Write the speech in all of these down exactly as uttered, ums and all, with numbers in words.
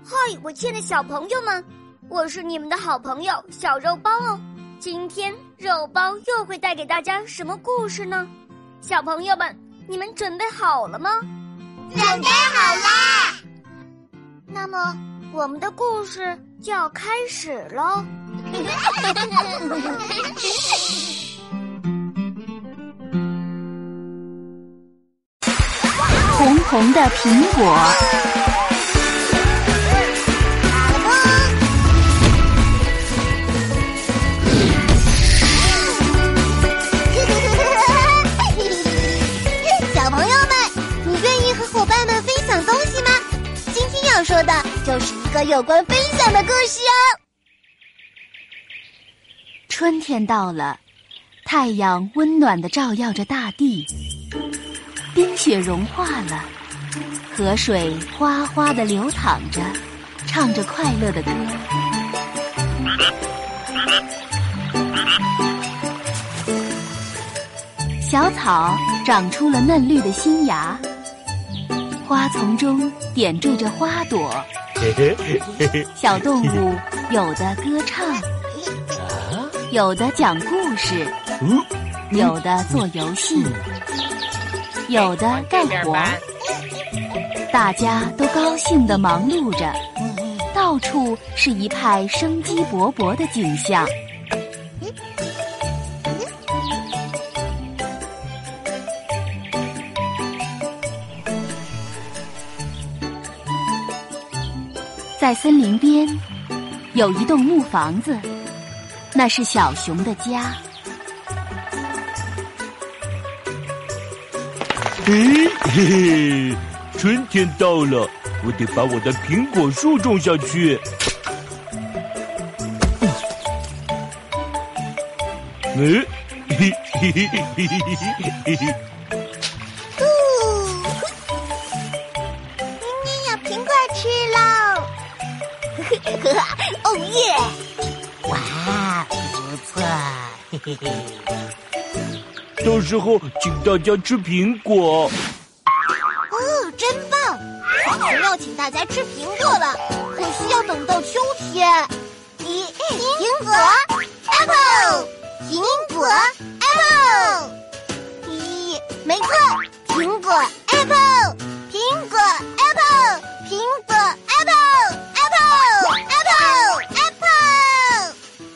嗨，我亲爱的小朋友们，我是你们的好朋友小肉包哦。今天肉包又会带给大家什么故事呢？小朋友们，你们准备好了吗？ 准备好啦！ 那么我们的故事就要开始喽。 红红的苹果。 小朋友们，你愿意和伙伴们分享东西吗？今天要说的就是一个有关分享的故事哦。 春天到了，太阳温暖地照耀着大地，冰雪融化了，河水哗哗地流淌着，唱着快乐的歌。小草长出了嫩绿的新芽，花丛中点缀着花朵，小动物有的歌唱，有的讲故事，有的做游戏，有的干活，大家都高兴地忙碌着，到处是一派生机勃勃的景象。在森林边有一栋木房子，那是小熊的家。 嘿嘿嘿，春天到了，我得把我的苹果树种下去。嗯，嘿嘿嘿嘿嘿嘿嘿。 今天有苹果吃喽！哦耶！ 哇，不错！嘿嘿嘿。 到时候请大家吃苹果。 哦，真棒！小熊要请大家吃苹果了，可惜要等到秋天。一苹果 ，apple， 苹果 ，apple。一，没错，苹果 apple， 苹果 apple， 苹果 apple，apple apple apple。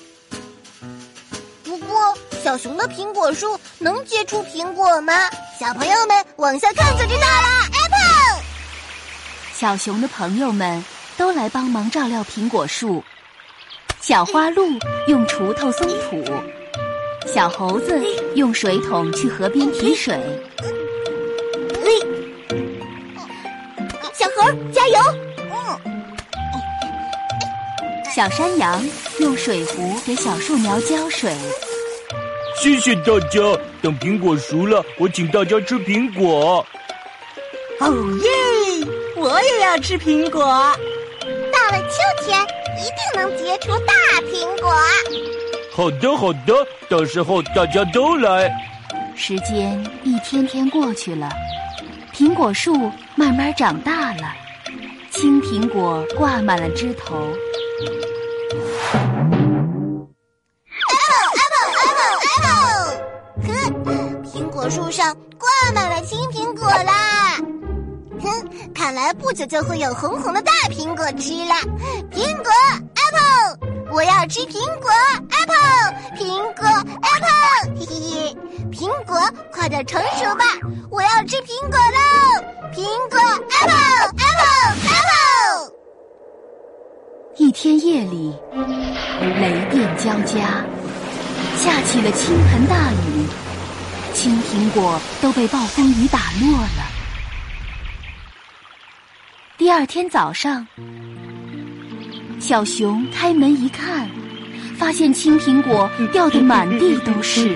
不过，小熊的苹果树能结出苹果吗？小朋友们往下看就知道啦。Apple。 小熊的朋友们都来帮忙照料苹果树。小花鹿用锄头松土，小猴子用水桶去河边提水。 小猴加油！ 小山羊用水壶给小树苗浇水。 谢谢大家，等苹果熟了，我请大家吃苹果。 哦耶！我也要吃苹果。 到了秋天，一定能结出大苹果。 好的，好的，到时候大家都来。 时间一天天过去了，苹果树慢慢长大了，青苹果挂满了枝头。 苹果树上挂满了青苹果啦！哼，看来不久就会有红红的大苹果吃了。苹果 apple， 我要吃苹果 apple， 苹果 apple， 嘿嘿，苹果快点成熟吧，我要吃苹果喽！苹果 apple apple apple。 一天夜里，雷电交加，下起了倾盆大雨。青苹果都被暴风雨打落了。第二天早上，小熊开门一看，发现青苹果掉得满地都是。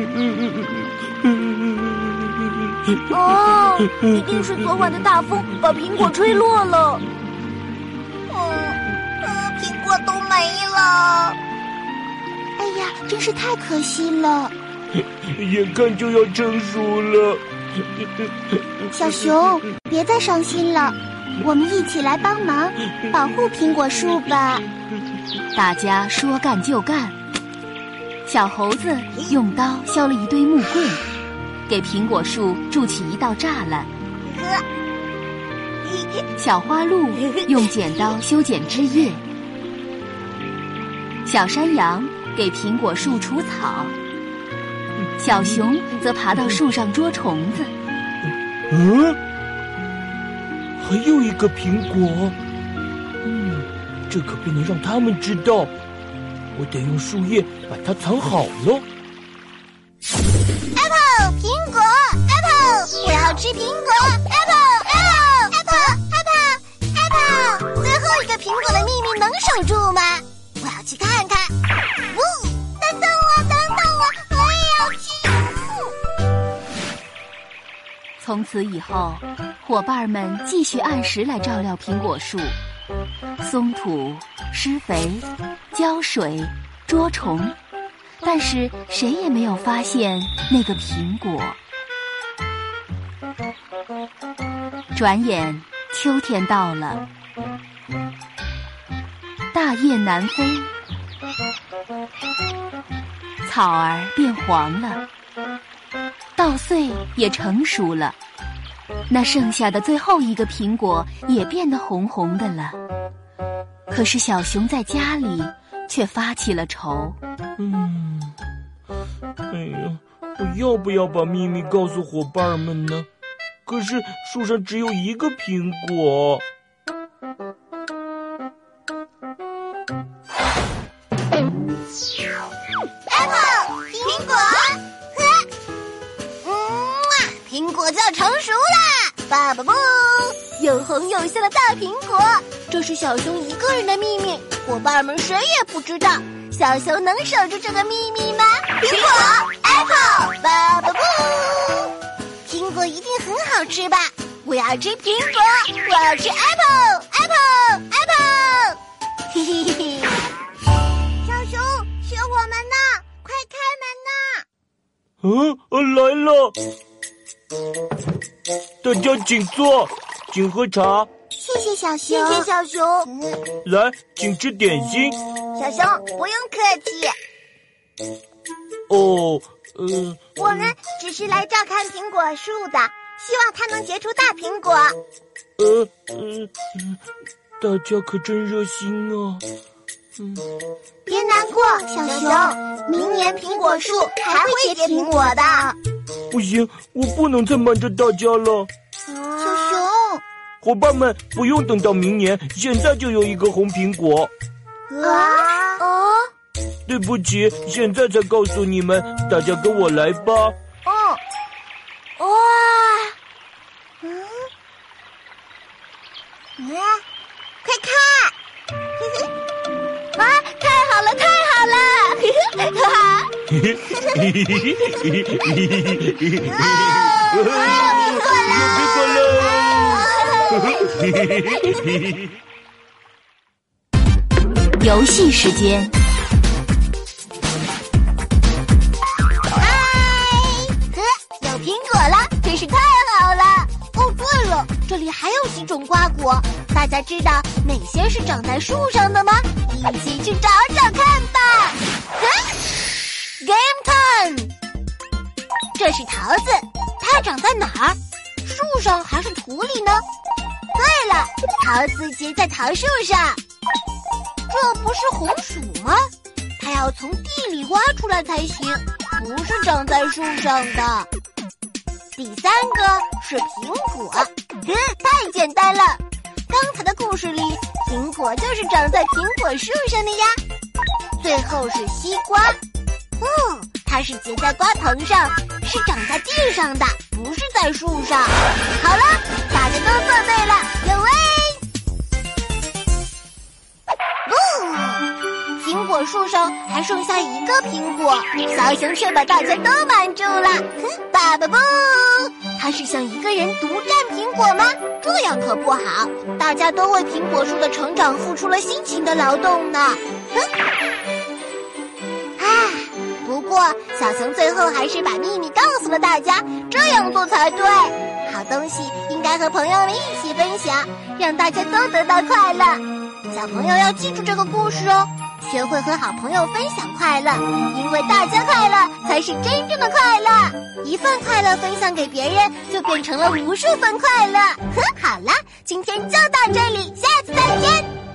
哦，一定是昨晚的大风把苹果吹落了。 嗯嗯，苹果都没了。哎呀，真是太可惜了。 眼看就要成熟了。 小熊，别再伤心了， 我们一起来帮忙保护苹果树吧。 大家说干就干。小猴子用刀削了一堆木棍，给苹果树筑起一道栅栏。小花鹿用剪刀修剪枝叶。小山羊给苹果树除草。小熊则爬到树上捉虫子。 嗯，还有一个苹果。嗯，这可不能让他们知道，我得用树叶把它藏好了。 Apple， 苹果 ，Apple， 我要吃苹果 ，Apple，Apple，Apple，Apple，Apple， 最后一个苹果的秘密能守住吗？我要去看看。不，等等我，等等我，我也要去。 从此以后，伙伴们继续按时来照料苹果树，松土、施肥、浇水、捉虫，但是谁也没有发现那个苹果。转眼秋天到了，大雁南飞，草儿变黄了，稻穗也成熟了，那剩下的最后一个苹果也变得红红的了。可是小熊在家里却发起了愁。 嗯，哎呀，我要不要把秘密告诉伙伴们呢？可是树上只有一个苹果。 Apple， 苹果，嗯，苹果就要成熟啦！爸爸不，又红又香的大苹果，这是小熊一个人的秘密，伙伴们谁也不知道。小熊能守住这个秘密吗？苹果 ，Apple， 爸爸不，苹果一定很好吃吧？我要吃苹果，我要吃 Apple，Apple，Apple， 嘿嘿嘿嘿。小熊，是我们呢，快开门呐！ 嗯，啊，来了，大家请坐，请喝茶。 谢谢小熊，谢谢小熊。 来，请吃点心。 小熊，不用客气。 哦，嗯、呃， 我们只是来照看苹果树的，希望它能结出大苹果。 呃，嗯、呃，大家可真热心啊。嗯， 别难过，小熊，明年苹果树还会结苹果的。 不行，我不能再瞒着大家了。 小熊， 伙伴们，不用等到明年，现在就有一个红苹果。 啊哦， 对不起，现在才告诉你们，大家跟我来吧。 哦，哇，嗯，嗯，快看，嘿嘿。啊！太好了，太好了！哈哈！啊！苹果了！ 游戏时间。 嗨，呵，有苹果了，真是太好了！哦，对了，这里还有几种瓜果，大家知道哪些是长在树上的吗？一起去找找看吧。Game time！ 这是桃子，它长在哪儿？树上还是土里呢？对了，桃子结在桃树上。这不是红薯吗？它要从地里挖出来才行，不是长在树上的。第三个是苹果，嗯，太简单了。刚才的故事里，苹果就是长在苹果树上的呀。最后是西瓜，嗯，它是结在瓜藤上，是长在地上的，不是在树上。好了，大家都做对了，有喂。不，苹果树上还剩下一个苹果，小熊却把大家都瞒住了。哼，爸爸不，他是想一个人独占苹果吗？这样可不好，大家都为苹果树的成长付出了辛勤的劳动呢。哼，唉，不过小熊最后还是把秘密告诉了大家，这样做才对。好东西应该该和朋友们一起分享，让大家都得到快乐。小朋友要记住这个故事哦，学会和好朋友分享快乐，因为大家快乐才是真正的快乐。一份快乐分享给别人，就变成了无数份快乐。哼，好了，今天就到这里，下次再见。